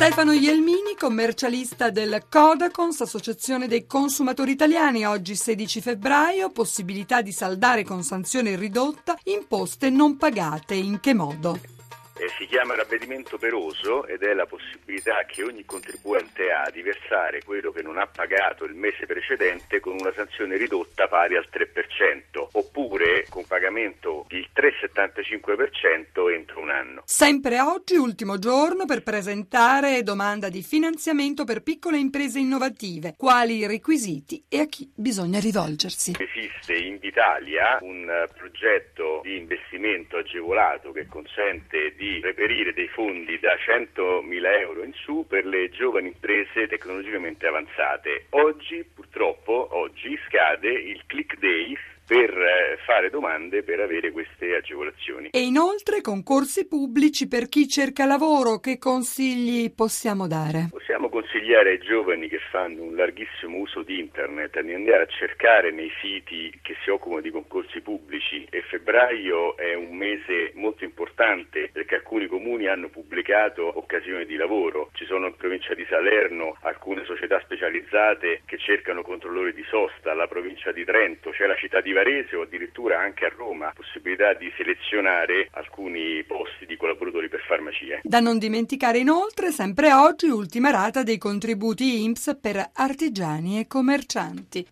Stefano Ielmini, commercialista del Codacons, Associazione dei Consumatori Italiani. Oggi 16 febbraio, possibilità di saldare con sanzione ridotta, imposte non pagate. In che modo? Si chiama ravvedimento operoso ed è la possibilità che ogni contribuente ha di versare quello che non ha pagato il mese precedente con una sanzione ridotta pari al 3%, oppure con pagamento il 3,75% entro un anno. Sempre oggi, ultimo giorno per presentare domanda di finanziamento per piccole imprese innovative. Quali i requisiti e a chi bisogna rivolgersi? Esiste in Italia un progetto di investimento agevolato che consente di reperire dei fondi da 100.000 euro in su per le giovani imprese tecnologicamente avanzate. Purtroppo oggi scade il click day per fare domande per avere queste agevolazioni. E inoltre concorsi pubblici per chi cerca lavoro. Che consigli possiamo dare? Possiamo consigliare ai giovani che fanno un larghissimo uso di internet di andare a cercare nei siti che si occupano di concorsi pubblici, e febbraio è un mese molto importante perché alcuni comuni hanno pubblicato occasioni di lavoro. Ci sono in provincia di Salerno alcune società specializzate che cercano controllori di sosta, alla provincia di Trento c'è la città di Varese o addirittura anche a Roma possibilità di selezionare alcuni posti di collaboratori per farmacie. Da non dimenticare inoltre, sempre oggi, ultima rata dei contributi INPS per artigiani e commercianti.